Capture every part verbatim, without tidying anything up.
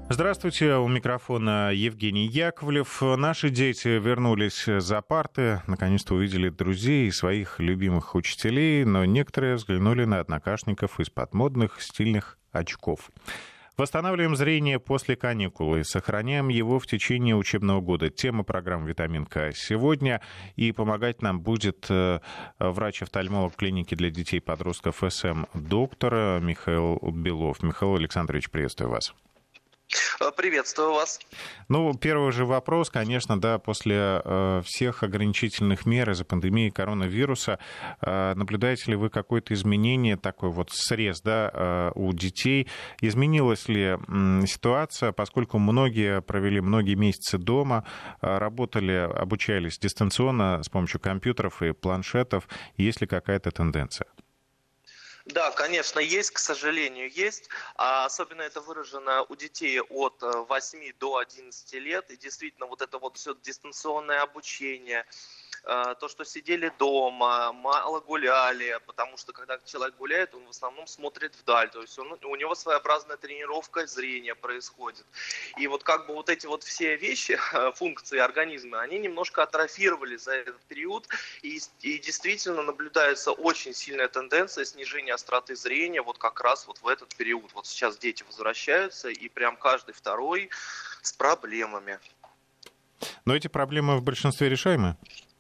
Здравствуйте, у микрофона Евгений Яковлев. Наши дети вернулись за парты, наконец-то увидели друзей и своих любимых учителей, но некоторые взглянули на однокашников из-под модных стильных очков. Восстанавливаем зрение после каникул и сохраняем его в течение учебного года. Тема программы «Витамин К» сегодня. И помогать нам будет врач-офтальмолог клиники для детей и подростков СМ доктор Михаил Белов. Михаил Александрович, приветствую вас. Приветствую вас. Ну, первый же вопрос, конечно, да, после э, всех ограничительных мер из-за пандемии коронавируса, э, наблюдаете ли вы какое-то изменение, такой вот срез, да, э, у детей? Изменилась ли э, ситуация, поскольку многие провели многие месяцы дома, э, работали, обучались дистанционно с помощью компьютеров и планшетов? Есть ли какая-то тенденция? Да, конечно, есть, к сожалению, есть. А особенно это выражено у детей от восьми до одиннадцати лет. И действительно, вот это вот все дистанционное обучение, то, что сидели дома, мало гуляли, потому что когда человек гуляет, он в основном смотрит вдаль, то есть он, у него своеобразная тренировка зрения происходит. И вот как бы вот эти вот все вещи, функции организма, они немножко атрофировали за этот период, и, и действительно наблюдается очень сильная тенденция снижения остроты зрения вот как раз вот в этот период. Вот сейчас дети возвращаются, и прям каждый второй с проблемами. Но эти проблемы в большинстве решаемы?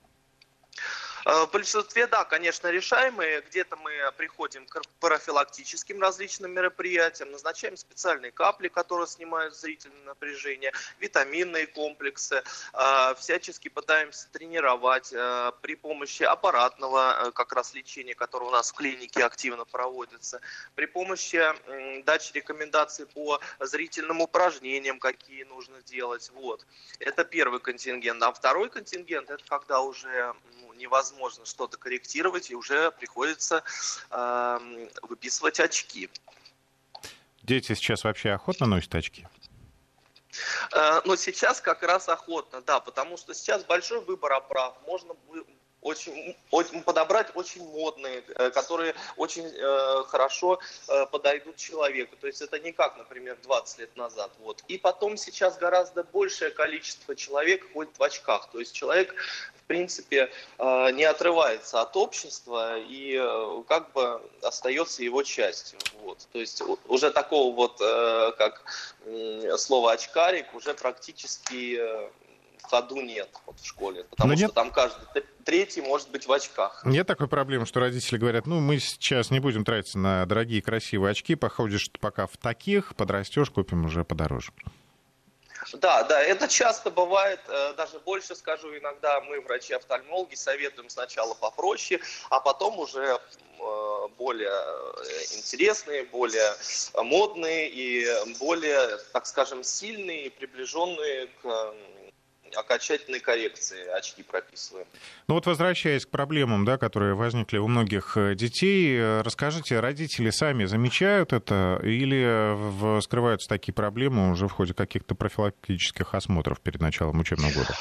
В большинстве, да, конечно, решаемые. Где-то мы приходим к профилактическим различным мероприятиям, назначаем специальные капли, которые снимают зрительное напряжение, витаминные комплексы. Всячески пытаемся тренировать при помощи аппаратного как раз лечения, которое у нас в клинике активно проводится, при помощи дачи рекомендаций по зрительным упражнениям, какие нужно делать. Вот. Это первый контингент. А второй контингент, это когда уже ну, невозможно можно что-то корректировать, и уже приходится э, выписывать очки. Дети сейчас вообще охотно носят очки? Э, но сейчас как раз охотно, да, потому что сейчас большой выбор оправ. Можно очень, очень, подобрать очень модные, которые очень э, хорошо э, подойдут человеку. То есть это не как, например, двадцать лет назад. Вот. И потом сейчас гораздо большее количество человек ходит в очках. То есть человек, в принципе, э, не отрывается от общества и э, как бы остается его частью. Вот. То есть уже такого вот, э, как э, слово очкарик, уже практически... Э, в ходу нет вот, в школе, потому что там каждый третий может быть в очках. Нет такой проблемы, что родители говорят, ну, мы сейчас не будем тратиться на дорогие красивые очки, походишь пока в таких, подрастешь, купим уже подороже. Да, да, это часто бывает, даже больше скажу, иногда мы, врачи-офтальмологи, советуем сначала попроще, а потом уже более интересные, более модные и более, так скажем, сильные и приближенные к окончательной коррекции очки прописываем. Ну вот возвращаясь к проблемам, да, которые возникли у многих детей, расскажите, родители сами замечают это или скрываются такие проблемы уже в ходе каких-то профилактических осмотров перед началом учебного года?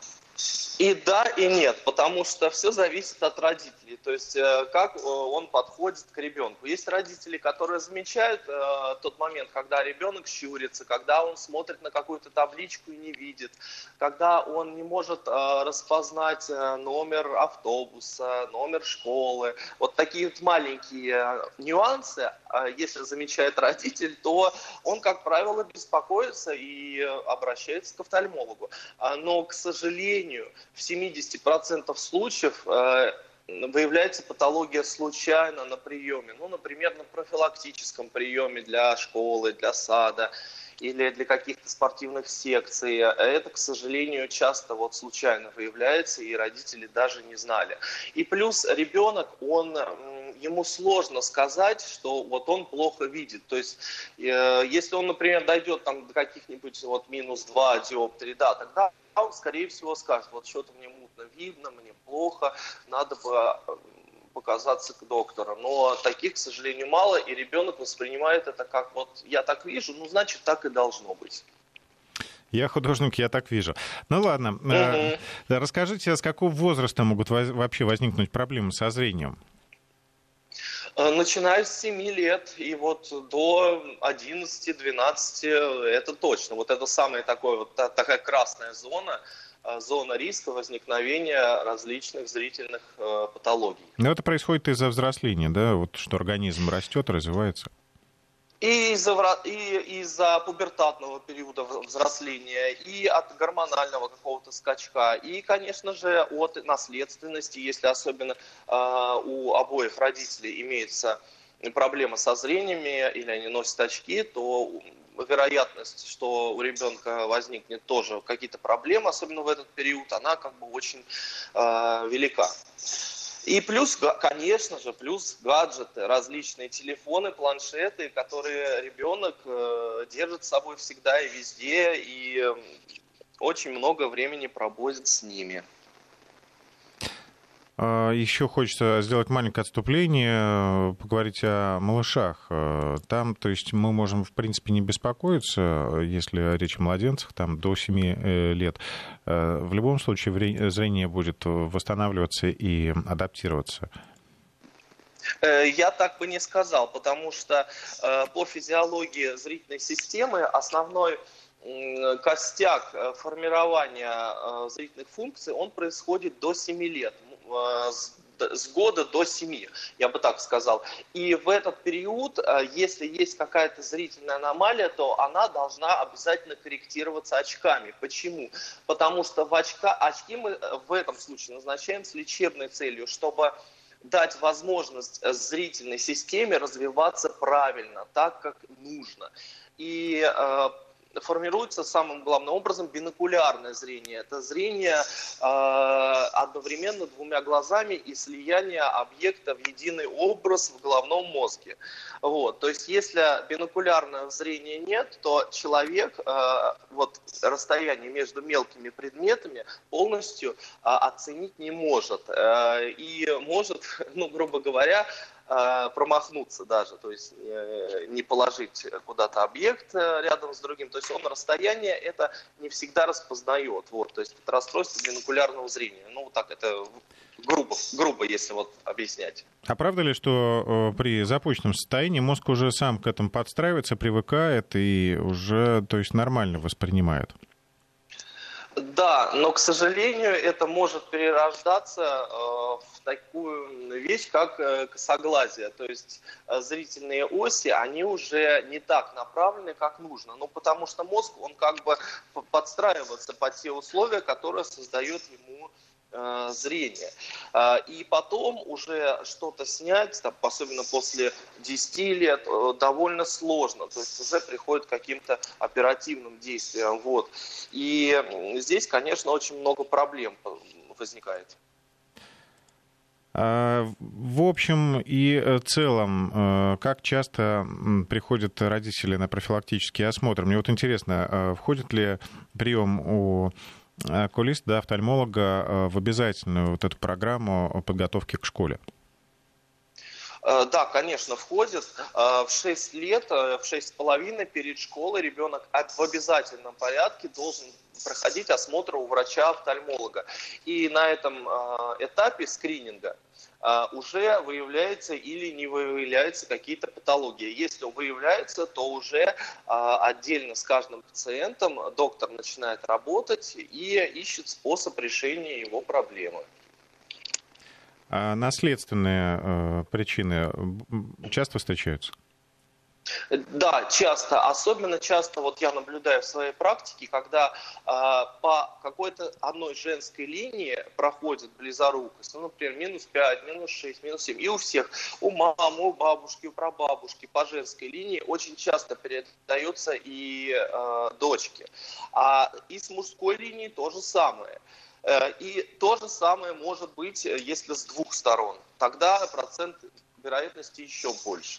И да, и нет, потому что все зависит от родителей, то есть как он подходит к ребенку. Есть родители, которые замечают э, тот момент, когда ребенок щурится, когда он смотрит на какую-то табличку и не видит, когда он не может э, распознать номер автобуса, номер школы. Вот такие вот маленькие нюансы, э, если замечает родитель, то он, как правило, беспокоится и обращается к офтальмологу. Но, к сожалению, в семьдесят процентов случаев э, выявляется патология случайно на приеме. Ну, например, на профилактическом приеме для школы, для сада или для каких-то спортивных секций. Это, к сожалению, часто вот случайно выявляется, и родители даже не знали. И плюс ребенок, он, ему сложно сказать, что вот он плохо видит. То есть, э, если он, например, дойдет там, до каких-нибудь вот, минус два диоптрии, да, тогда он, скорее всего, скажет, вот что-то мне мутно видно, мне плохо, надо бы показаться к доктору. Но таких, к сожалению, мало, и ребенок воспринимает это как вот я так вижу, ну, значит, так и должно быть. Я художник, я так вижу. Ну ладно, угу. Расскажите, с какого возраста могут вообще возникнуть проблемы со зрением? Начиная с семи лет и вот до одиннадцати-двенадцати, это точно. Вот это самая такой, вот, такая красная зона, зона риска возникновения различных зрительных э, патологий. Но это происходит из-за взросления, да, вот что организм растет, развивается. И из-за, и из-за пубертатного периода взросления, и от гормонального какого-то скачка, и, конечно же, от наследственности, если особенно э, у обоих родителей имеется проблема со зрениями, или они носят очки, то вероятность, что у ребенка возникнет тоже какие-то проблемы, особенно в этот период, она как бы очень э, велика. И плюс, конечно же, плюс гаджеты, различные телефоны, планшеты, которые ребенок э, держит с собой всегда и везде, и э, очень много времени проводит с ними. Еще хочется сделать маленькое отступление, поговорить о малышах. Там, то есть, мы можем, в принципе, не беспокоиться, если речь о младенцах, там, до семи лет. В любом случае, зрение будет восстанавливаться и адаптироваться. Я так бы не сказал, потому что по физиологии зрительной системы основной костяк формирования зрительных функций, он происходит до семи лет. С года до семи, я бы так сказал. И в этот период, если есть какая-то зрительная аномалия, то она должна обязательно корректироваться очками. Почему? Потому что в очка, очки мы в этом случае назначаем с лечебной целью, чтобы дать возможность зрительной системе развиваться правильно, так, как нужно. И э, формируется самым главным образом бинокулярное зрение. Это зрение э, одновременно двумя глазами и слияние объекта в единый образ в головном мозге. Вот. То есть, если бинокулярного зрения нет, то человек э, вот, расстояние между мелкими предметами полностью э, оценить не может. Э, и может, ну, грубо говоря, промахнуться даже, то есть не положить куда-то объект рядом с другим, то есть он расстояние это не всегда распознает, вот, то есть это расстройство бинокулярного зрения, ну вот так это грубо, грубо, если вот объяснять. А правда ли, что при запущенном состоянии мозг уже сам к этому подстраивается, привыкает и уже, то есть нормально воспринимает? Да, но, к сожалению, это может перерождаться э, в такую вещь, как э, косоглазие. То есть э, зрительные оси, они уже не так направлены, как нужно. Ну, потому что мозг, он как бы подстраивается под те условия, которые создает ему э, зрение. Э, и потом уже что-то снять, там, особенно после десяти лет, э, довольно сложно. То есть уже приходит к каким-то оперативным действиям. Вот. И здесь, конечно, очень много проблем возникает. В общем и целом, как часто приходят родители на профилактический осмотр? Мне вот интересно, входит ли прием у окулиста, да, офтальмолога в обязательную вот эту программу подготовки к школе? Да, конечно, входит. В шесть лет, в шесть с половиной перед школой ребенок в обязательном порядке должен проходить осмотр у врача-офтальмолога. И на этом этапе скрининга уже выявляется или не выявляются какие-то патологии. Если выявляется, то уже отдельно с каждым пациентом доктор начинает работать и ищет способ решения его проблемы. А наследственные э, причины часто встречаются? Да, часто. Особенно часто вот я наблюдаю в своей практике, когда э, по какой-то одной женской линии проходит близорукость, ну, например, минус пять, минус шесть, минус семь. И у всех, у мамы, у бабушки, у прабабушки по женской линии очень часто передается и э, дочке. А и с мужской линии то же самое. И то же самое может быть, если с двух сторон. Тогда процент вероятности еще больше.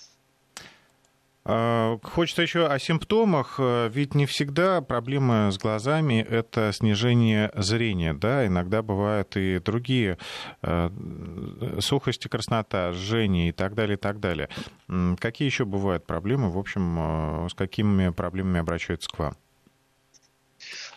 Хочется еще о симптомах. Ведь не всегда проблемы с глазами — это снижение зрения. Да? Иногда бывают и другие сухости, краснота, жжение и так далее, и так далее. Какие еще бывают проблемы? В общем, с какими проблемами обращаются к вам?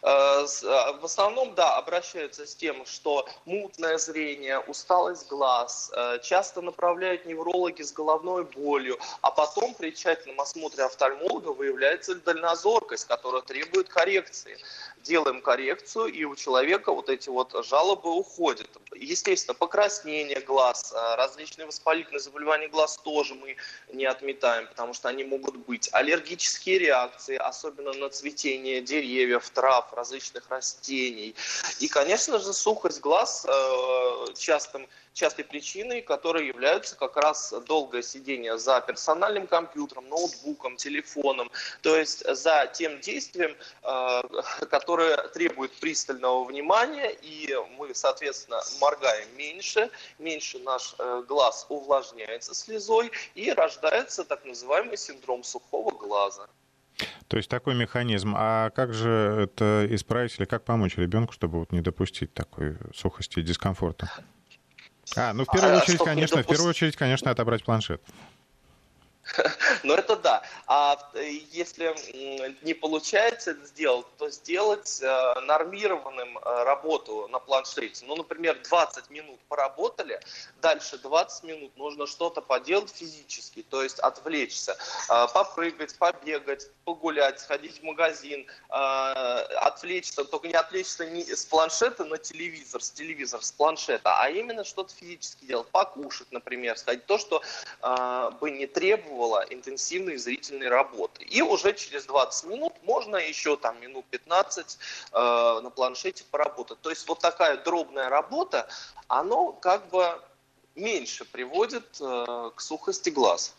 В основном, да, обращаются с тем, что мутное зрение, усталость глаз, часто направляют неврологи с головной болью, а потом при тщательном осмотре офтальмолога выявляется дальнозоркость, которая требует коррекции. Делаем коррекцию, и у человека вот эти вот жалобы уходят. Естественно, покраснение глаз, различные воспалительные заболевания глаз тоже мы не отметаем, потому что они могут быть. Аллергические реакции, особенно на цветение деревьев, трав, различных растений. И, конечно же, сухость глаз частым частой причиной, которой являются как раз долгое сидение за персональным компьютером, ноутбуком, телефоном, то есть за тем действием, которое требует пристального внимания, и мы, соответственно, моргаем меньше, меньше наш глаз увлажняется слезой, и рождается так называемый синдром сухого глаза. То есть такой механизм. А как же это исправить или как помочь ребенку, чтобы вот не допустить такой сухости и дискомфорта? А, ну в первую очередь, а, конечно, допуст... в первую очередь, конечно, отобрать планшет. Ну это да. А если не получается это сделать, то сделать нормированным работу на планшете. Ну, например, двадцать минут поработали, дальше двадцать минут нужно что-то поделать физически, то есть отвлечься, попрыгать, побегать, погулять, сходить в магазин, отвлечься, только не отвлечься не с планшета на телевизор, с телевизора, с планшета, а именно что-то физически делать, покушать, например, сходить, то, что бы не требовало интенсивной зрительной работы. И уже через двадцать минут можно еще там минут пятнадцать э, на планшете поработать. То есть вот такая дробная работа, она как бы меньше приводит э, к сухости глаз.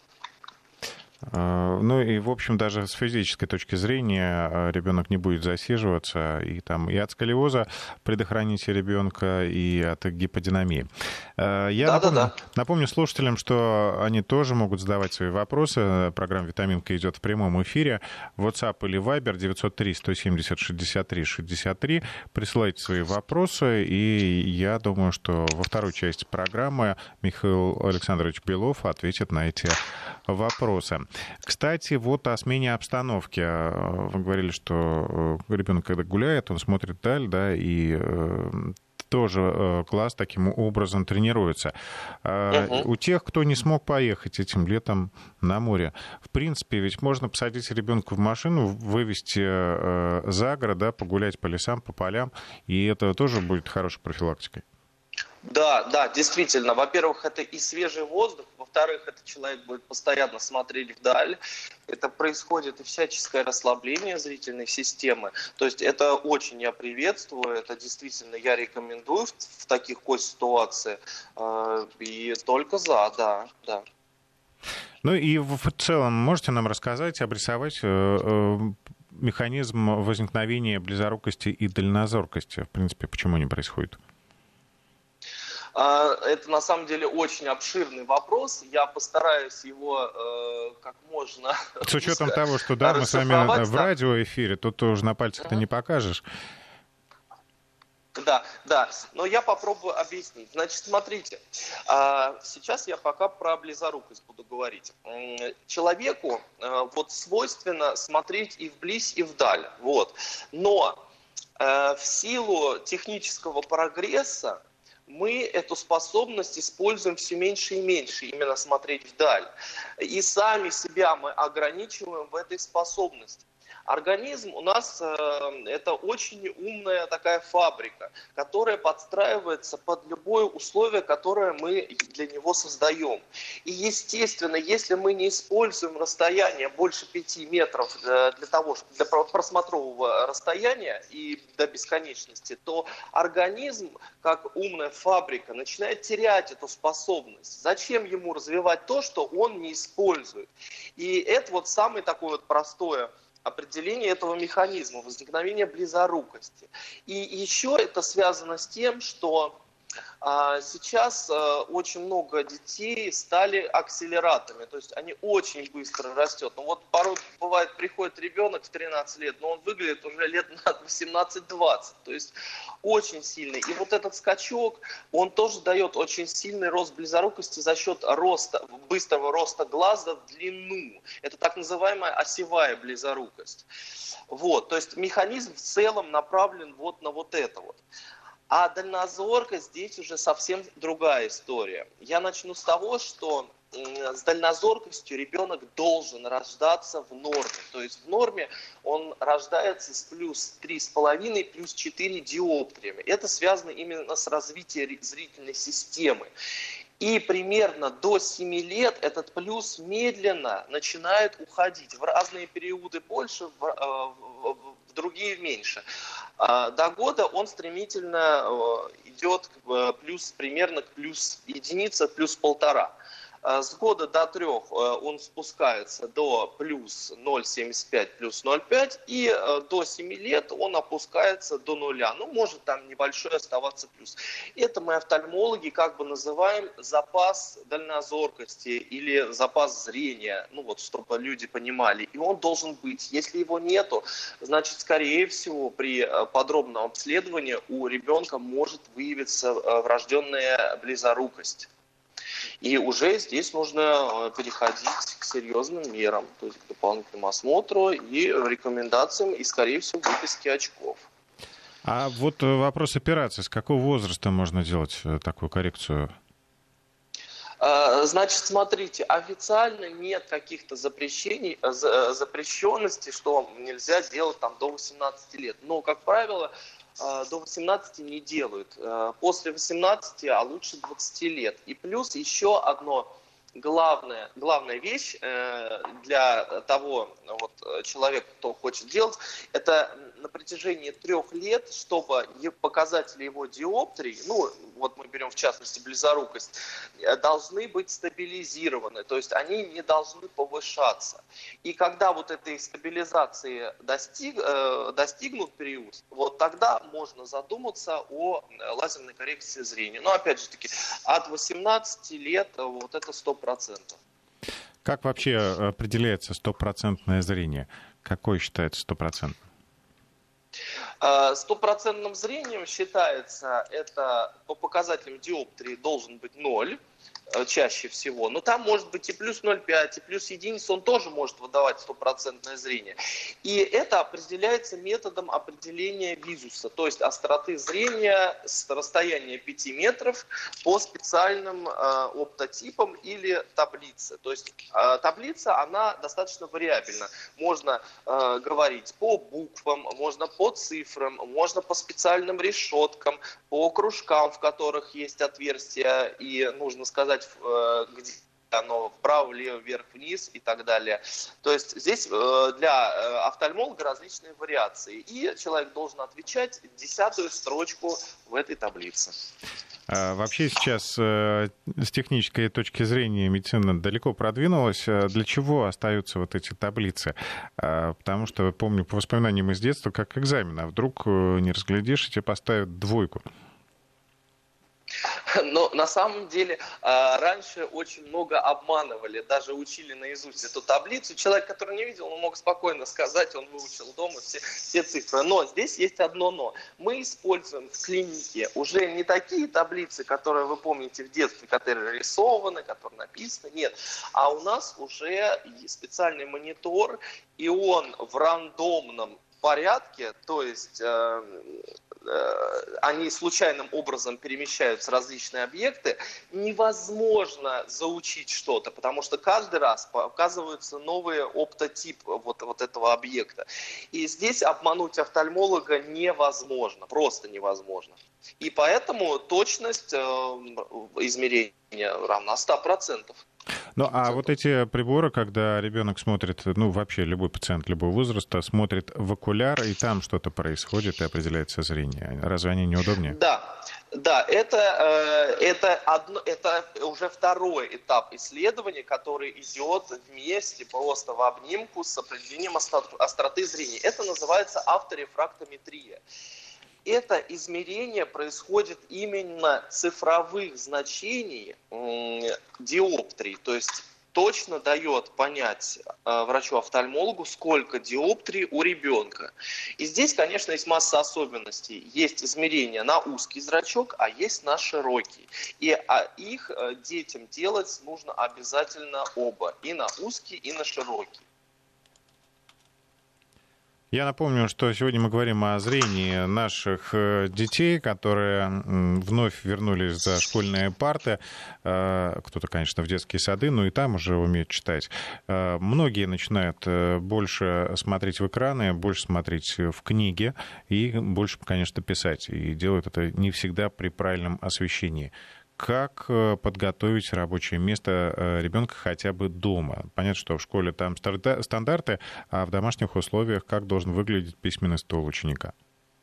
Ну и, в общем, даже с физической точки зрения ребенок не будет засиживаться и, там, и от сколиоза предохраните ребенка, и от гиподинамии. Я да, напомню, да, да. напомню слушателям, что они тоже могут задавать свои вопросы. Программа «Витаминка» идет в прямом эфире. WhatsApp или Viber девятьсот три сто семьдесят шестьдесят три шестьдесят три. Присылайте свои вопросы, и я думаю, что во второй части программы Михаил Александрович Белов ответит на эти вопросы. Кстати, вот о смене обстановки. Вы говорили, что ребенок, когда гуляет, он смотрит вдаль, да, и тоже глаз таким образом тренируется. Uh-huh. У тех, кто не смог поехать этим летом на море, в принципе, ведь можно посадить ребенка в машину, вывести за город, да, погулять по лесам, по полям, и это тоже будет хорошей профилактикой. Да, да, действительно. Во-первых, это и свежий воздух, во-вторых, этот человек будет постоянно смотреть вдаль. Это происходит и всяческое расслабление зрительной системы. То есть это очень я приветствую, это действительно я рекомендую в, в таких ситуациях. И только за, да, да. Ну и в целом можете нам рассказать, обрисовать механизм возникновения близорукости и дальнозоркости? В принципе, почему они происходят? Это на самом деле очень обширный вопрос. Я постараюсь его э, как можно... С учетом того, что да, мы с вами в радиоэфире, тут ты уже на пальцах-то не покажешь. Да, да, но я попробую объяснить. Значит, смотрите, сейчас я пока про близорукость буду говорить. Человеку вот свойственно смотреть и вблизь, и вдаль. Вот. Но в силу технического прогресса мы эту способность используем все меньше и меньше, именно смотреть вдаль. И сами себя мы ограничиваем в этой способности. Организм у нас э, это очень умная такая фабрика, которая подстраивается под любое условие, которое мы для него создаем. И естественно, если мы не используем расстояние больше пяти метров для того, для просмотрового расстояния и до бесконечности, то организм, как умная фабрика, начинает терять эту способность. Зачем ему развивать то, что он не использует? И это вот самое такое вот простое определение этого механизма возникновения близорукости. И еще это связано с тем, что Сейчас очень много детей стали акселераторами, то есть они очень быстро растут. Ну вот порой бывает, приходит ребенок в тринадцать лет, но он выглядит уже лет на восемнадцать-двадцать, то есть очень сильный. И вот этот скачок, он тоже дает очень сильный рост близорукости за счет роста, быстрого роста глаза в длину. Это так называемая осевая близорукость. Вот, то есть механизм в целом направлен вот на вот это вот. А дальнозоркость здесь уже совсем другая история. Я начну с того, что с дальнозоркостью ребенок должен рождаться в норме. То есть в норме он рождается с плюс три с половиной, плюс четыре диоптриями. Это связано именно с развитием зрительной системы. И примерно до семи лет этот плюс медленно начинает уходить. В разные периоды больше, в, в, в другие меньше. До года он стремительно идет плюс, примерно к плюс единица, плюс полтора. С года до трех он спускается до плюс ноль целых семьдесят пять, плюс ноль целых пять, и до семи лет он опускается до нуля. Ну, может там небольшой оставаться плюс. Это мы офтальмологи как бы называем запас дальнозоркости или запас зрения, ну вот, чтобы люди понимали. И он должен быть. Если его нету, значит, скорее всего, при подробном обследовании у ребенка может выявиться врожденная близорукость. И уже здесь нужно переходить к серьезным мерам, то есть к дополнительному осмотру и рекомендациям, и, скорее всего, выписке очков. А вот вопрос операции. С какого возраста можно делать такую коррекцию? Значит, смотрите, официально нет каких-то запрещений, запрещенностей, что нельзя делать там до восемнадцати лет. Но, как правило, до восемнадцати не делают. После восемнадцати, а лучше двадцати лет. И плюс еще одно главная, главная вещь для того вот, человека, кто хочет делать, это на протяжении трех лет, чтобы показатели его диоптрии, ну вот мы берем в частности близорукость, должны быть стабилизированы, то есть они не должны повышаться. И когда вот этой стабилизации достиг, э, достигнут период, вот тогда можно задуматься о лазерной коррекции зрения. Но опять же таки, от восемнадцати лет вот это сто процентов. Как вообще определяется стопроцентное зрение? Какое считается стопроцентным? Стопроцентным зрением считается, это по показателям диоптрии должен быть ноль, чаще всего. Но там может быть и плюс ноль целых пять, и плюс единица, он тоже может выдавать стопроцентное зрение. И это определяется методом определения визуса, то есть остроты зрения с расстояния пяти метров по специальным э, оптотипам или таблице. То есть э, таблица, она достаточно вариабельна. Можно э, говорить по буквам, можно по цифрам, можно по специальным решеткам, по кружкам, в которых есть отверстия, и нужно сказать, где оно вправо, влево, вверх, вниз и так далее. То есть здесь для офтальмолога различные вариации. И человек должен отвечать десятую строчку в этой таблице. Вообще сейчас с технической точки зрения медицина далеко продвинулась. Для чего остаются вот эти таблицы? Потому что, помню, по воспоминаниям из детства, как экзамен, а вдруг не разглядишь, и тебе поставят двойку. Но на самом деле раньше очень много обманывали, даже учили наизусть эту таблицу. Человек, который не видел, он мог спокойно сказать, он выучил дома все, все цифры. Но здесь есть одно но. Мы используем в клинике уже не такие таблицы, которые вы помните в детстве, которые рисованы, которые написаны, нет. А у нас уже специальный монитор, и он в рандомном порядке, то есть э, э, они случайным образом перемещаются различные объекты, невозможно заучить что-то, потому что каждый раз показываются новые оптотипы вот, вот этого объекта. И здесь обмануть офтальмолога невозможно, просто невозможно. И поэтому точность э, измерения равна ста процентам. Ну, а вот эти приборы, когда ребенок смотрит, ну, вообще любой пациент любого возраста смотрит в окуляр, и там что-то происходит, и определяется зрение. Разве они неудобнее? Да, да, это, это, одно, это уже второй этап исследования, который идет вместе, просто в обнимку с определением остроты зрения. Это называется авторефрактометрия. это измерение происходит именно цифровых значений диоптрий, то есть точно дает понять э, врачу-офтальмологу, сколько диоптрий у ребенка. И здесь, конечно, есть масса особенностей. Есть измерения на узкий зрачок, а есть на широкий. И а их э, детям делать нужно обязательно оба, и на узкий, и на широкий. Я напомню, что сегодня мы говорим о зрении наших детей, которые вновь вернулись за школьные парты. Кто-то, конечно, в детские сады, но и там уже умеют читать. Многие начинают больше смотреть в экраны, больше смотреть в книги и больше, конечно, писать. И делают это не всегда при правильном освещении. Как подготовить рабочее место ребенка хотя бы дома? Понятно, что в школе там стандарты, а в домашних условиях как должен выглядеть письменный стол ученика?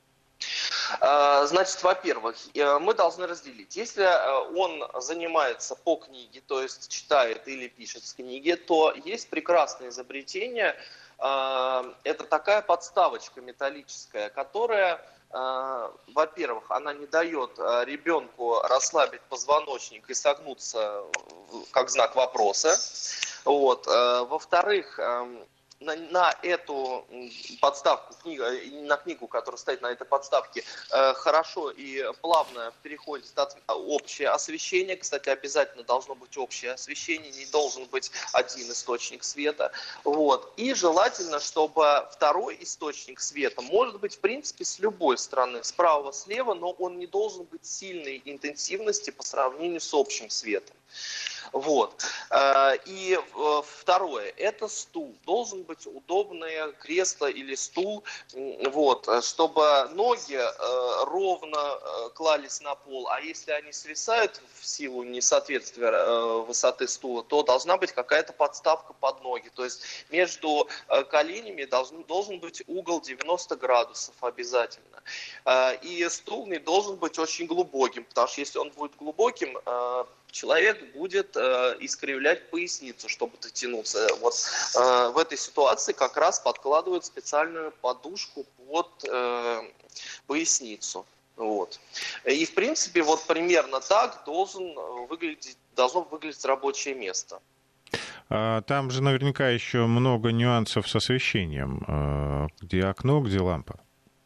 Значит, во-первых, мы должны разделить. Если он занимается по книге, то есть читает или пишет с книги, то есть прекрасное изобретение. Это такая подставочка металлическая, которая... Во-первых, она не дает ребенку расслабить позвоночник и согнуться как знак вопроса. Вот. Во-вторых, на, на эту подставку, книга, на книгу, которая стоит на этой подставке, хорошо и плавно переходит от общее освещение. Кстати, обязательно должно быть общее освещение, не должен быть один источник света. Вот. И желательно, чтобы второй источник света может быть, в принципе, с любой стороны, справа, слева, но он не должен быть сильной интенсивности по сравнению с общим светом. Вот. И второе, это стул. Должен быть удобное кресло или стул, вот, чтобы ноги ровно клались на пол, а если они свисают в силу несоответствия высоты стула, то должна быть какая-то подставка под ноги. То есть между коленями должен, должен быть угол девяносто градусов обязательно. И стул не должен быть очень глубоким, потому что если он будет глубоким, человек будет э, искривлять поясницу, чтобы дотянуться. Вот э, в этой ситуации как раз подкладывают специальную подушку под э, поясницу. Вот. И в принципе вот примерно так должен выглядеть, должно выглядеть рабочее место. Там же наверняка еще много нюансов с освещением. Где окно, где лампа?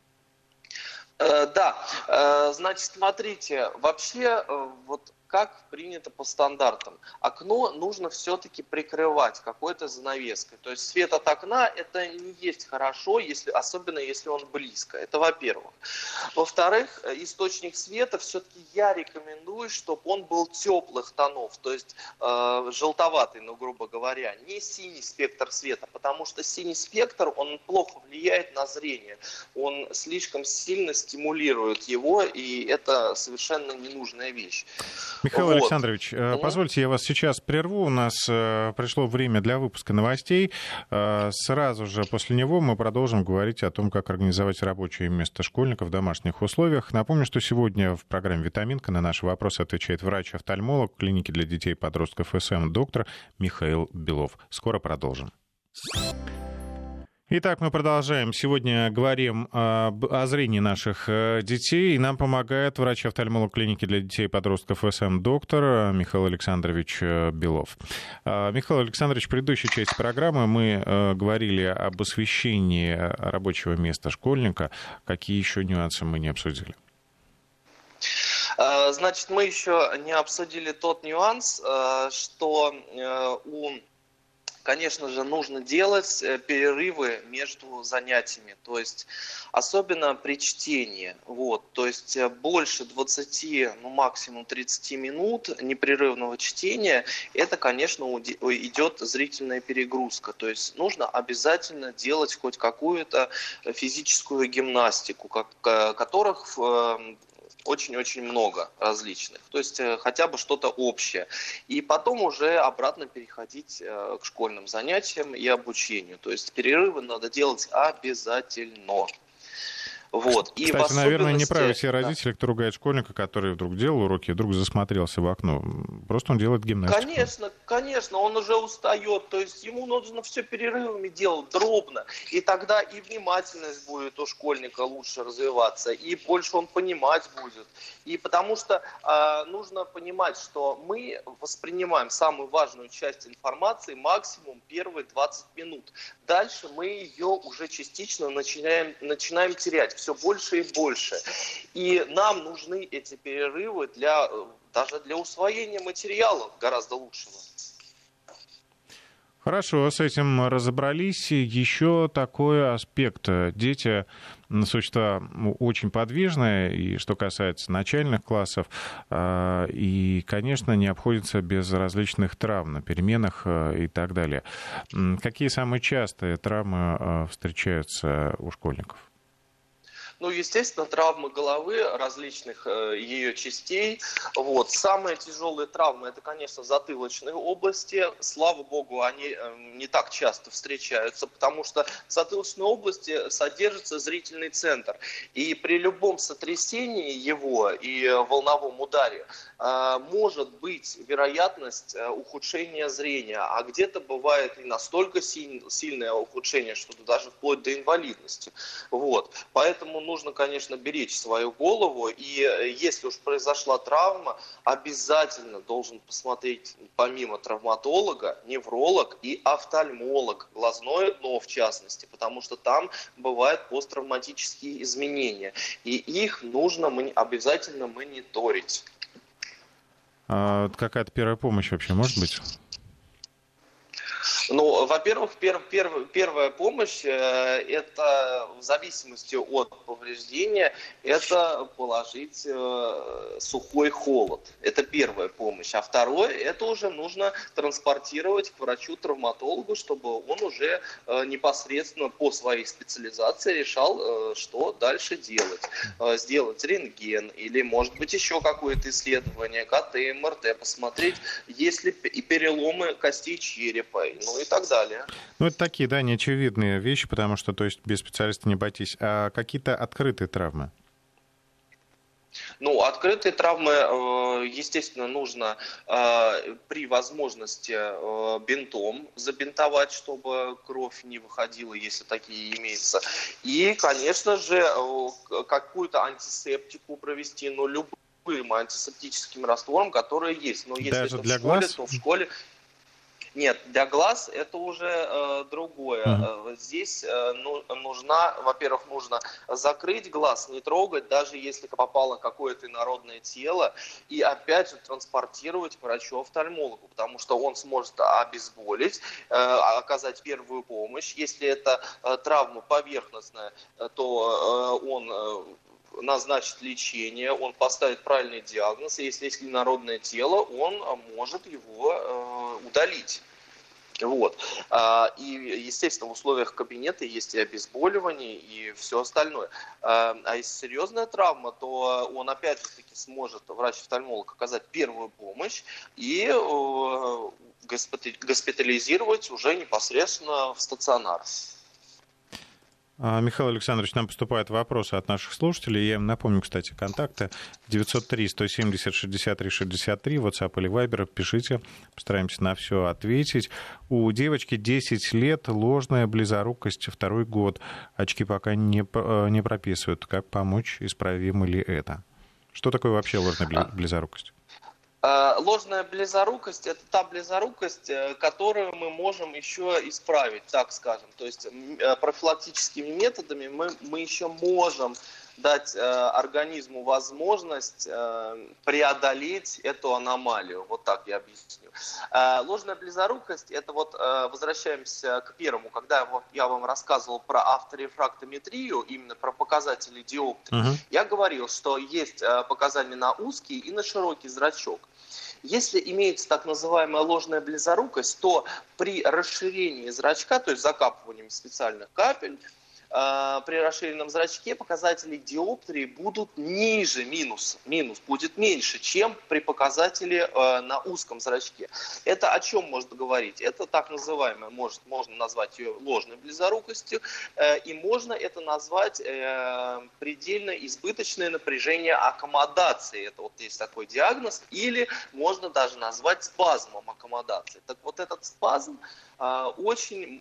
Э, да, э, значит, смотрите, вообще э, вот как принято по стандартам. Окно нужно все-таки прикрывать какой-то занавеской. То есть свет от окна это не есть хорошо, если, особенно если он близко. Это во-первых. Во-вторых, источник света все-таки я рекомендую, чтобы он был теплых тонов, то есть э, желтоватый, ну грубо говоря, не синий спектр света, потому что синий спектр, он плохо влияет на зрение. Он слишком сильно стимулирует его, и это совершенно ненужная вещь. Михаил вот. Александрович, mm-hmm. позвольте, я вас сейчас прерву. У нас пришло время для выпуска новостей. Сразу же после него мы продолжим говорить о том, как организовать рабочее место школьников в домашних условиях. Напомню, что сегодня в программе «Витаминка» на наши вопросы отвечает врач-офтальмолог клиники для детей и подростков СМ доктор Михаил Белов. Скоро продолжим. Итак, мы продолжаем. Сегодня говорим об, о зрении наших детей. И нам помогает врач-офтальмолог клиники для детей и подростков СМ доктор Михаил Александрович Белов. Михаил Александрович, в предыдущей части программы мы говорили об освещении рабочего места школьника. Какие еще нюансы мы не обсудили? Значит, мы еще не обсудили тот нюанс, что у... Конечно же, нужно делать перерывы между занятиями, то есть особенно при чтении. Вот, то есть больше двадцати, ну максимум тридцати минут непрерывного чтения, это, конечно, идет зрительная перегрузка. То есть нужно обязательно делать хоть какую-то физическую гимнастику, которых очень-очень много различных, то есть хотя бы что-то общее. И потом уже обратно переходить к школьным занятиям и обучению. То есть перерывы надо делать обязательно. Вот. И Кстати, в наверное, не правы все да. родители, кто ругает школьника, который вдруг делал уроки, и вдруг засмотрелся в окно. Просто он делает гимнастику. Конечно, конечно, он уже устает, то есть ему нужно все перерывами делать, дробно, и тогда и внимательность будет у школьника лучше развиваться, и больше он понимать будет. И потому что э, нужно понимать, что мы воспринимаем самую важную часть информации максимум первые двадцать минут. Дальше мы ее уже частично начинаем, начинаем терять все больше и больше. И нам нужны эти перерывы для, даже для усвоения материала гораздо лучшего. Хорошо, с этим разобрались. Еще такой аспект. Дети существа очень подвижные, и что касается начальных классов, и, конечно, не обходится без различных травм на переменах и так далее. Какие самые частые травмы встречаются у школьников? Ну, естественно, травмы головы, различных э, ее частей. Вот. Самые тяжелые травмы, это, конечно, затылочные области. Слава богу, они э, не так часто встречаются, потому что в затылочной области содержится зрительный центр. И при любом сотрясении его и волновом ударе э, может быть вероятность э, ухудшения зрения. А где-то бывает и настолько силь, сильное ухудшение, что даже вплоть до инвалидности. Вот. Поэтому нужно, конечно, беречь свою голову, и если уж произошла травма, обязательно должен посмотреть помимо травматолога, невролог и офтальмолог, глазное дно в частности, потому что там бывают посттравматические изменения, и их нужно обязательно мониторить. А какая-то первая помощь вообще может быть? Ну, во-первых, пер, пер, первая помощь, э, это в зависимости от повреждения, это положить э, сухой холод. Это первая помощь. А второе, это уже нужно транспортировать к врачу-травматологу, чтобы он уже э, непосредственно по своей специализации решал, э, что дальше делать. Э, сделать рентген или, может быть, еще какое-то исследование, ка тэ, эм эр тэ, посмотреть, есть ли и переломы костей черепа, ну и так далее. Ну, это такие, да, неочевидные вещи, потому что, то есть, без специалиста не обойтись. А какие-то открытые травмы? Ну, открытые травмы, естественно, нужно при возможности бинтом забинтовать, чтобы кровь не выходила, если такие имеются. И, конечно же, какую-то антисептику провести, но любым антисептическим раствором, которые есть. Но если Даже это для в школе, глаз? то в школе... Нет, для глаз это уже э, другое. Uh-huh. Здесь э, ну, нужна, во-первых, нужно закрыть глаз, не трогать, даже если попало какое-то инородное тело, и опять же транспортировать к врачу-офтальмологу, потому что он сможет обезболить, э, оказать первую помощь. Если это э, травма поверхностная, то э, он... Э, назначит лечение, он поставит правильный диагноз, и если есть инородное тело, он может его э, удалить. Вот. И, естественно, в условиях кабинета есть и обезболивание, и все остальное. А если серьезная травма, то он опять же таки сможет, врач-офтальмолог, оказать первую помощь и госпитализировать уже непосредственно в стационар. Михаил Александрович, нам поступают вопросы от наших слушателей. Я им напомню, кстати, контакты девятьсот три сто семьдесят шестьдесят три шестьдесят три, WhatsApp или Viber. Пишите, постараемся на все ответить. У девочки десять лет, ложная близорукость, второй год. Очки пока не, не прописывают. Как помочь, исправимо ли это? Что такое вообще ложная близорукость? Ложная близорукость – это та близорукость, которую мы можем еще исправить, так скажем. То есть профилактическими методами мы, мы еще можем дать организму возможность преодолеть эту аномалию. Вот так я объясню. Ложная близорукость – это вот, возвращаемся к первому, когда я вам рассказывал про авторефрактометрию, именно про показатели диоптрии, uh-huh. я говорил, что есть показания на узкий и на широкий зрачок. Если имеется так называемая ложная близорукость, то при расширении зрачка, то есть закапыванием специальных капель, при расширенном зрачке показатели диоптрии будут ниже минуса. Минус будет меньше, чем при показателе на узком зрачке. Это о чем можно говорить? Это так называемое, может, можно назвать ее ложной близорукостью, и можно это назвать предельно избыточное напряжение аккомодации. Это вот есть такой диагноз. Или можно даже назвать спазмом аккомодации. Так вот этот спазм очень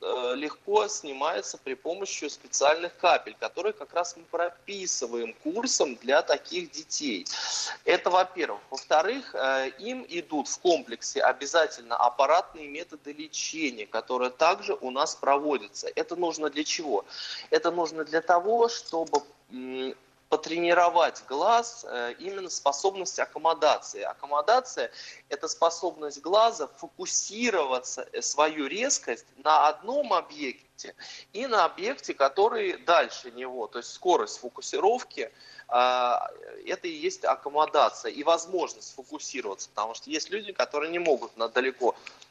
легко снимается при помощи специальных капель, которые как раз мы прописываем курсом для таких детей. Это во-первых. Во-вторых, им идут в комплексе обязательно аппаратные методы лечения, которые также у нас проводятся. Это нужно для чего? Это нужно для того, чтобы потренировать глаз именно способность аккомодации. Аккомодация – это способность глаза фокусироваться, свою резкость на одном объекте и на объекте, который дальше него. То есть скорость фокусировки – это и есть аккомодация и возможность фокусироваться. Потому что есть люди, которые не могут на далеко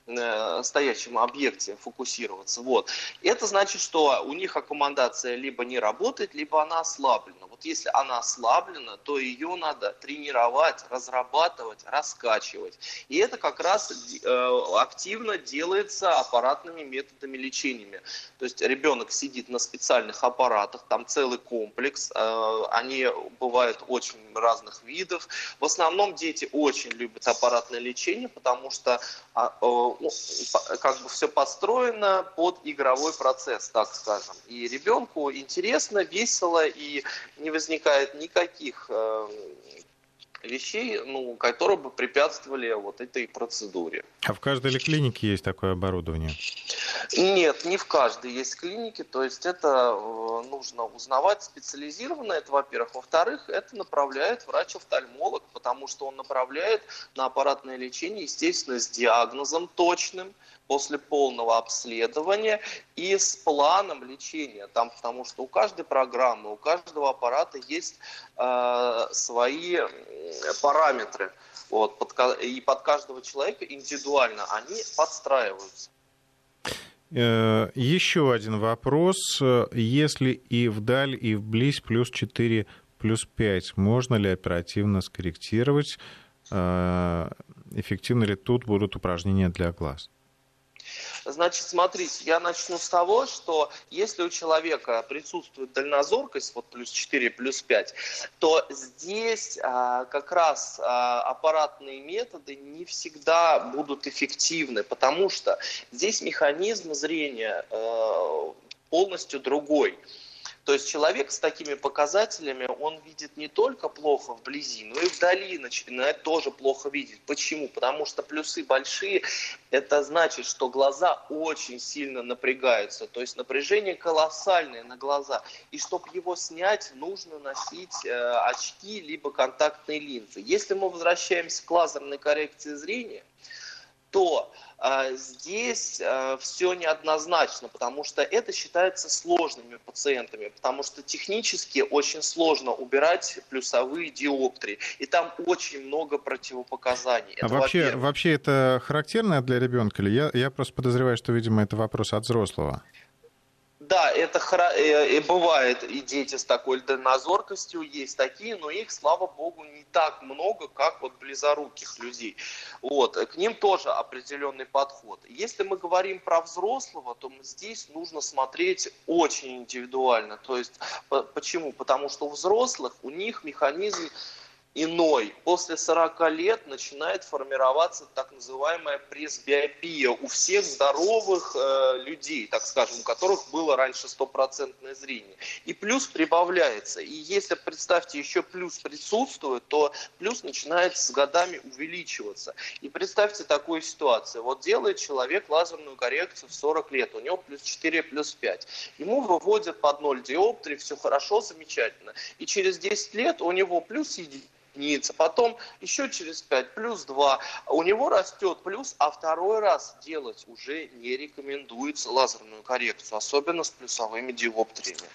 стоящем объекте фокусироваться. Вот. Это значит, что у них аккомодация либо не работает, либо она ослаблена. Вот если она ослаблена, то ее надо тренировать, разрабатывать, раскачивать. И это как раз э, активно делается аппаратными методами лечения. То есть ребенок сидит на специальных аппаратах, там целый комплекс, э, они бывают очень разных видов. В основном дети очень любят аппаратное лечение, потому что э, ну, как бы все подстроено под игровой процесс, так скажем. И ребенку интересно, весело, и не возникает никаких э, вещей, ну, которые бы препятствовали вот этой процедуре. А в каждой ли клинике есть такое оборудование? Нет, не в каждой есть клинике, то есть это нужно узнавать специализированно, это во-первых. Во-вторых, это направляет врач-офтальмолог, потому что он направляет на аппаратное лечение, естественно, с диагнозом точным, после полного обследования и с планом лечения. Там, потому что у каждой программы, у каждого аппарата есть э, свои параметры. Вот, под, и под каждого человека индивидуально они подстраиваются. Еще один вопрос. Если и вдаль, и вблизь плюс четыре, плюс пять, можно ли оперативно скорректировать? Эффективны ли тут будут упражнения для глаз? Значит, смотрите, я начну с того, что если у человека присутствует дальнозоркость, вот плюс четыре, плюс пять, то здесь а, как раз а, аппаратные методы не всегда будут эффективны, потому что здесь механизм зрения а, полностью другой. То есть человек с такими показателями, он видит не только плохо вблизи, но и вдали начинает тоже плохо видеть. Почему? Потому что плюсы большие, это значит, что глаза очень сильно напрягаются. То есть напряжение колоссальное на глаза. И чтобы его снять, нужно носить э, очки либо контактные линзы. Если мы возвращаемся к лазерной коррекции зрения, то э, здесь э, все неоднозначно, потому что это считается сложными пациентами, потому что технически очень сложно убирать плюсовые диоптрии, и там очень много противопоказаний. А это, вообще, вообще это характерно для ребенка? Или я, я просто подозреваю, что, видимо, это вопрос от взрослого. Да, это и бывает, и дети с такой дальнозоркостью есть такие, но их, слава богу, не так много, как вот близоруких людей. Вот, к ним тоже определенный подход. Если мы говорим про взрослого, то здесь нужно смотреть очень индивидуально. То есть, почему? Потому что у взрослых, у них механизм иной. После сорока лет начинает формироваться так называемая пресбиопия у всех здоровых э, людей, так скажем, у которых было раньше стопроцентное зрение. И плюс прибавляется. И если, представьте, еще плюс присутствует, то плюс начинает с годами увеличиваться. И представьте такую ситуацию. Вот делает человек лазерную коррекцию в сорок лет, у него плюс четыре, плюс пять. Ему выводят под ноль диоптрий, все хорошо, замечательно. И через десять лет у него плюс единица. Потом еще через пять, плюс два, у него растет плюс, а второй раз делать уже не рекомендуется лазерную коррекцию, особенно с плюсовыми диоптриями.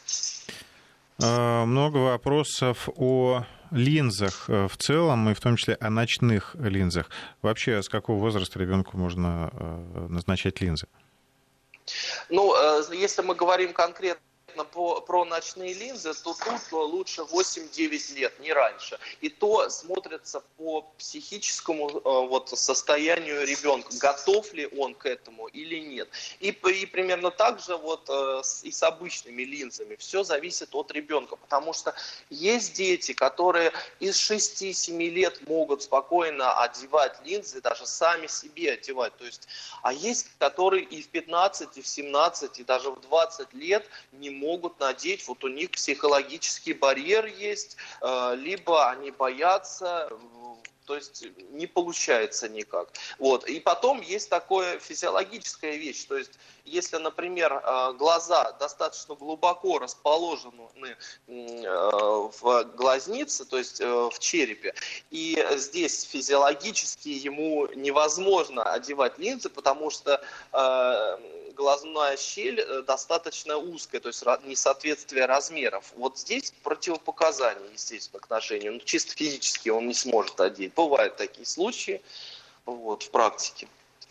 Много вопросов о линзах в целом, и в том числе о ночных линзах. Вообще, с какого возраста ребенку можно назначать линзы? Ну, если мы говорим конкретно по, про ночные линзы, то тут лучше восемь-девять лет, не раньше. И то смотрится по психическому вот, состоянию ребенка, готов ли он к этому или нет. И, и примерно так же вот, и с обычными линзами. Все зависит от ребенка, потому что есть дети, которые из шести-семи лет могут спокойно одевать линзы, даже сами себе одевать. То есть, а есть, которые и в пятнадцать, и в семнадцать, и даже в двадцать лет не могут надеть, вот у них психологический барьер есть, либо они боятся, то есть не получается никак. Вот. И потом есть такая физиологическая вещь, то есть если, например, глаза достаточно глубоко расположены в глазнице, то есть в черепе, и здесь физиологически ему невозможно одевать линзы, потому что глазная щель достаточно узкая, то есть несоответствие размеров. Вот здесь противопоказания, естественно, к ношению. Ну, чисто физически он не сможет одеть. Бывают такие случаи вот, в практике.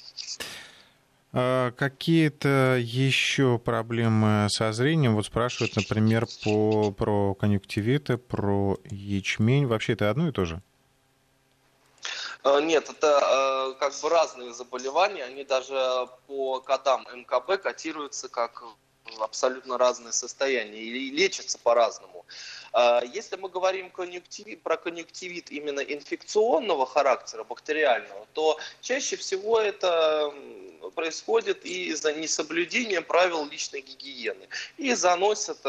А какие-то еще проблемы со зрением? Вот спрашивают, например, по, про конъюнктивиты, про ячмень. Вообще это одно и то же? Нет, это как бы разные заболевания, они даже по кодам эм ка бэ котируются как абсолютно разные состояния и лечатся по-разному. Если мы говорим конъюнктивит, про конъюнктивит именно инфекционного характера, бактериального, то чаще всего это происходит из-за несоблюдения правил личной гигиены. И заносят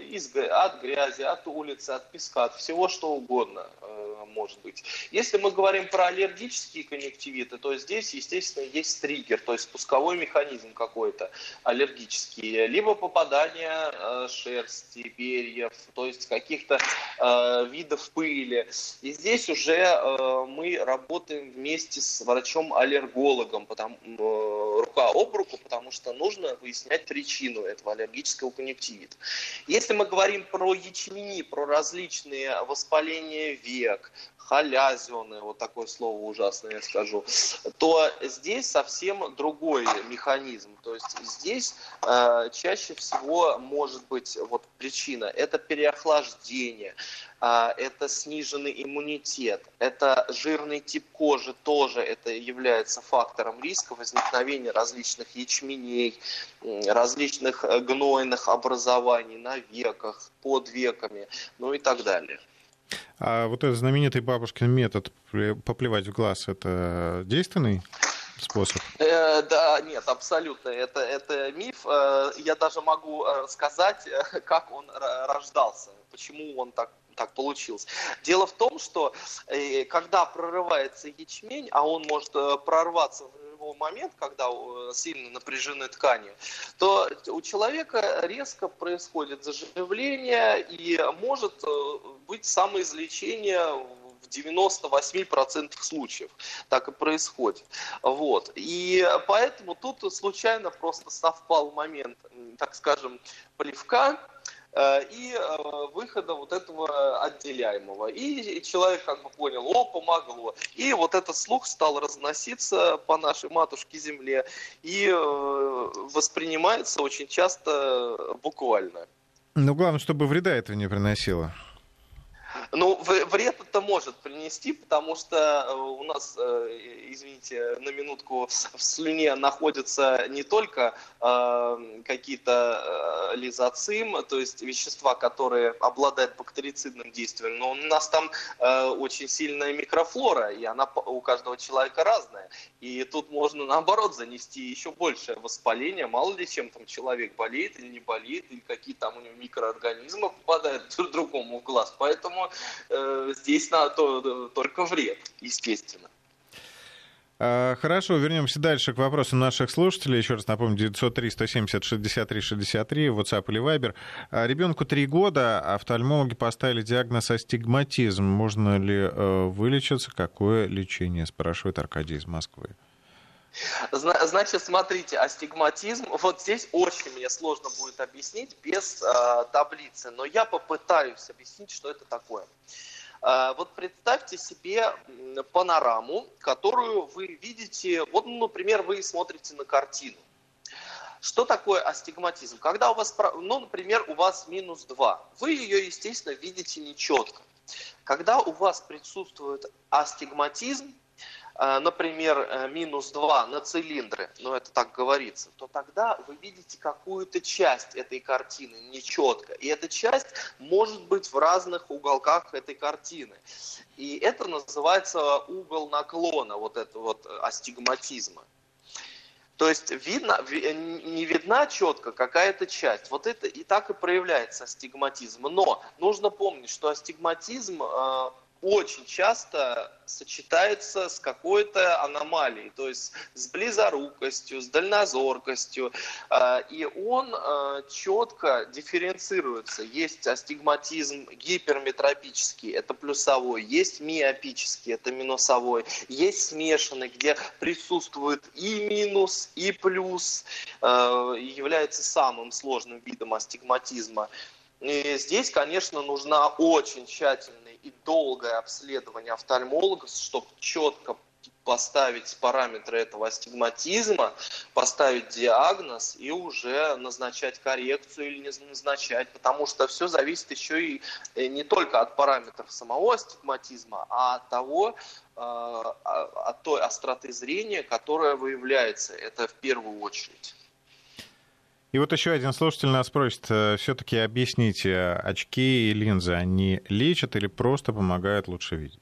от грязи, от улицы, от песка, от всего что угодно может быть. Если мы говорим про аллергические конъюнктивиты, то здесь, естественно, есть триггер, то есть спусковой механизм какой-то аллергический, либо попадание шерсти, перьев, то есть каких-то э, видов пыли. И здесь уже э, мы работаем вместе с врачом-аллергологом, потому, э, рука об руку, потому что нужно выяснять причину этого аллергического конъюнктивита. Если мы говорим про ячмени, про различные воспаления век, халязионы, вот такое слово ужасное я скажу, то здесь совсем другой механизм. То есть здесь э, чаще всего может быть вот причина. Это переохлаждение, э, это сниженный иммунитет, это жирный тип кожи тоже это является фактором риска возникновения различных ячменей, различных гнойных образований на веках, под веками, ну и так далее. А вот этот знаменитый бабушкин метод поплевать в глаз, это действенный способ? Э, да, нет, абсолютно. Это, это миф. Я даже могу сказать, как он рождался, почему он так так получилось. Дело в том, что э, когда прорывается ячмень, а он может прорваться в любой момент, когда сильно напряжены ткани, то у человека резко происходит заживление и может быть самоизлечение в девяноста восьми процентах случаев. Так и происходит. Вот. И поэтому тут случайно просто совпал момент, так скажем, плевка и выхода вот этого отделяемого. И человек как бы понял, о, помогло. И вот этот слух стал разноситься по нашей матушке земле и воспринимается очень часто буквально. Ну, главное, чтобы вреда этого не приносило. Ну, вред это может принести, потому что у нас, извините, на минутку в слюне находятся не только э, какие-то э, лизоцим, то есть вещества, которые обладают бактерицидным действием, но у нас там э, очень сильная микрофлора, и она у каждого человека разная. И тут можно, наоборот, занести еще большее воспаление, мало ли чем там человек болеет или не болеет, или какие там у него микроорганизмы попадают друг другому в глаз. Поэтому э, здесь надо то, только вред, естественно. Хорошо, вернемся дальше к вопросу наших слушателей. Еще раз напомню, девятьсот три сто семьдесят шестьдесят три шестьдесят три, WhatsApp или Viber. Ребенку три года, офтальмологи поставили диагноз астигматизм. Можно ли вылечиться? Какое лечение? Спрашивает Аркадий из Москвы. Значит, смотрите, астигматизм, вот здесь очень мне сложно будет объяснить без э, таблицы, но я попытаюсь объяснить, что это такое. Вот представьте себе панораму, которую вы видите, вот, ну, например, вы смотрите на картину. Что такое астигматизм? Когда у вас, ну, например, у вас минус два, вы ее, естественно, видите нечетко. Когда у вас присутствует астигматизм, например, минус два на цилиндры, ну это так говорится, то тогда вы видите какую-то часть этой картины нечетко. И эта часть может быть в разных уголках этой картины. И это называется угол наклона, вот этого вот астигматизма. То есть видно, не видна четко какая-то часть. Вот это и так и проявляется астигматизм. Но нужно помнить, что астигматизм э, очень часто сочетается с какой-то аномалией, то есть с близорукостью, с дальнозоркостью. Э, и он э, четко дифференцируется. Есть астигматизм гиперметропический, это плюсовой, есть миопический, это минусовой, есть смешанный, где присутствует и минус, и плюс, э, является самым сложным видом астигматизма. И здесь, конечно, нужна очень тщательная и долгое обследование офтальмолога, чтобы четко поставить параметры этого астигматизма, поставить диагноз и уже назначать коррекцию или не назначать, потому что все зависит еще и не только от параметров самого астигматизма, а от того, от той остроты зрения, которая выявляется. Это в первую очередь. И вот еще один слушатель нас просит, все-таки объясните, очки и линзы, они лечат или просто помогают лучше видеть?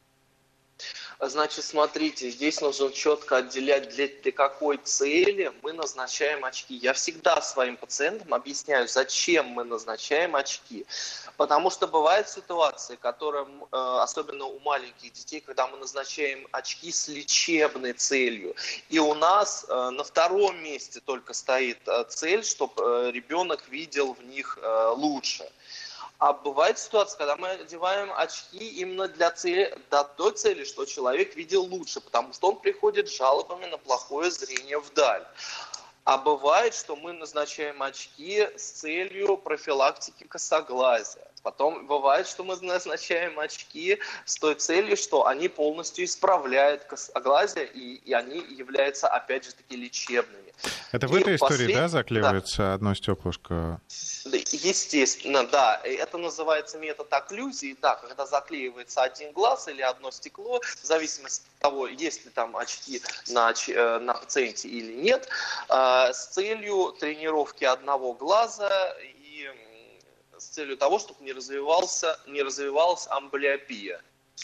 Значит, смотрите, здесь нужно четко отделять, для, для какой цели мы назначаем очки. Я всегда своим пациентам объясняю, зачем мы назначаем очки. Потому что бывают ситуации, которые, особенно у маленьких детей, когда мы назначаем очки с лечебной целью. И у нас на втором месте только стоит цель, чтобы ребенок видел в них лучше. А бывает ситуация, когда мы одеваем очки именно для, цели, для той цели, что человек видел лучше, потому что он приходит с жалобами на плохое зрение вдаль. А бывает, что мы назначаем очки с целью профилактики косоглазия. Потом бывает, что мы назначаем очки с той целью, что они полностью исправляют косоглазие, и, и они являются, опять же таки, лечебными. Это в и этой истории, послед... да, заклеивается да. одно стеклышко? Естественно, да. Это называется метод окклюзии, да, когда заклеивается один глаз или одно стекло, в зависимости от того, есть ли там очки на, на пациенте или нет, с целью тренировки одного глаза и с целью того, чтобы не развивался, не развивалась амблиопия.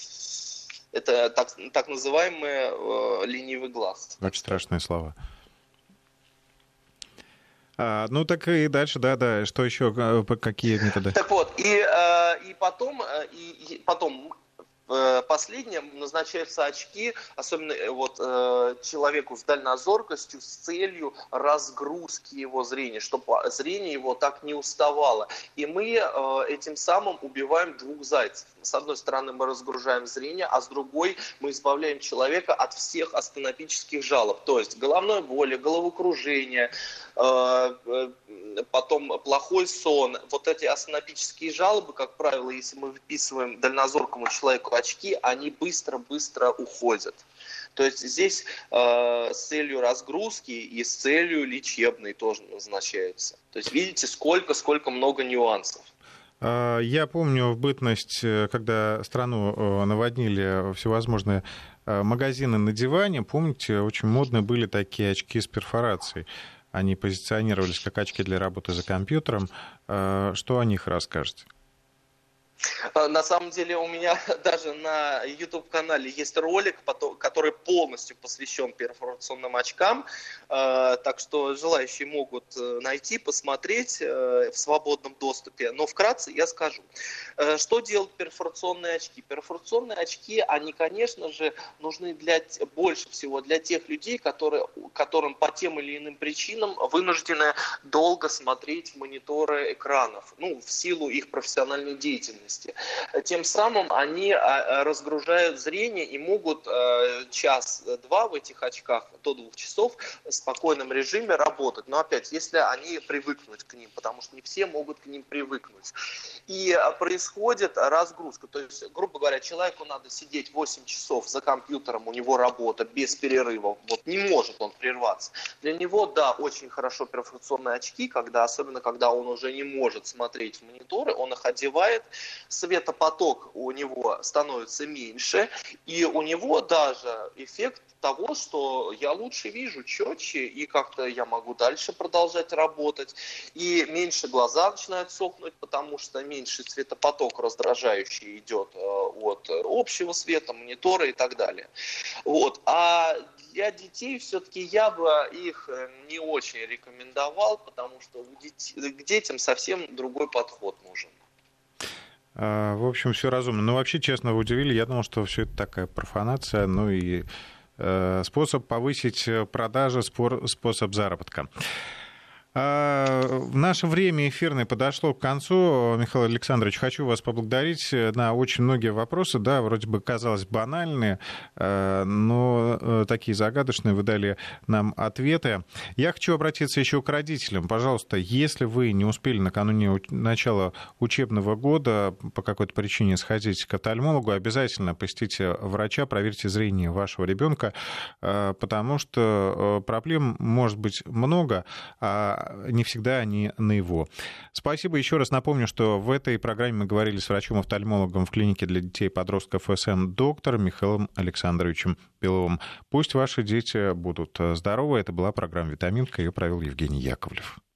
Это так, так называемый э, ленивый глаз. Очень страшные слова. А, ну так и дальше, да, да. Что еще? Какие методы? Так вот, и, э, и потом, и, и потом последнее, назначаются очки, особенно вот э, человеку с дальнозоркостью, с целью разгрузки его зрения, чтобы зрение его так не уставало. И мы э, этим самым убиваем двух зайцев. С одной стороны мы разгружаем зрение, а с другой мы избавляем человека от всех астенопических жалоб. То есть головной боли, головокружение, э, э, потом плохой сон. Вот эти астенопические жалобы, как правило, если мы выписываем дальнозоркому человеку очки, они быстро-быстро уходят. То есть здесь э, с целью разгрузки и с целью лечебной тоже назначаются. То есть видите, сколько-сколько много нюансов. Я помню в бытность, когда страну наводнили всевозможные магазины на диване, помните, очень модные были такие очки с перфорацией. Они позиционировались как очки для работы за компьютером. Что о них расскажете? На самом деле у меня даже на YouTube-канале есть ролик, который полностью посвящен перфорационным очкам, так что желающие могут найти, посмотреть в свободном доступе. Но вкратце я скажу, что делают перфорационные очки. Перфорационные очки, они, конечно же, нужны для, больше всего для тех людей, которые, которым по тем или иным причинам вынуждены долго смотреть в мониторы экранов, ну, в силу их профессиональной деятельности. Тем самым они разгружают зрение и могут час-два в этих очках, до двух часов, в спокойном режиме работать. Но опять, если они привыкнут к ним, потому что не все могут к ним привыкнуть. и происходит разгрузка. То есть, грубо говоря, человеку надо сидеть восемь часов за компьютером, у него работа без перерывов, вот не может он прерваться. Для него, да, очень хорошо перфокационные очки, когда, особенно когда он уже не может смотреть в мониторы, он их одевает, светопоток у него становится меньше, и у него даже эффект того, что я лучше вижу, четче, и как-то я могу дальше продолжать работать, и меньше глаза начинают сохнуть, потому что меньше светопоток раздражающий идет от общего света, монитора и так далее. Вот. А для детей все-таки я бы их не очень рекомендовал, потому что у детей, к детям совсем другой подход нужен. В общем, все разумно. Но вообще, честно, вы удивили. Я думал, что все это такая профанация, ну и способ повысить продажи, способ заработка. В наше время эфирное подошло к концу. Михаил Александрович, хочу вас поблагодарить. На очень многие вопросы, да, вроде бы казалось банальные, но такие загадочные, вы дали нам ответы. Я хочу обратиться еще к родителям. Пожалуйста, если вы не успели накануне начала учебного года по какой-то причине сходить к офтальмологу, обязательно посетите врача, проверьте зрение вашего ребенка, потому что проблем может быть много, а не всегда они на его. Спасибо. Еще раз напомню, что в этой программе мы говорили с врачом-офтальмологом в клинике для детей и подростков СМ доктором Михаилом Александровичем Беловым. Пусть ваши дети будут здоровы. Это была программа «Витаминка». Ее провел Евгений Яковлев.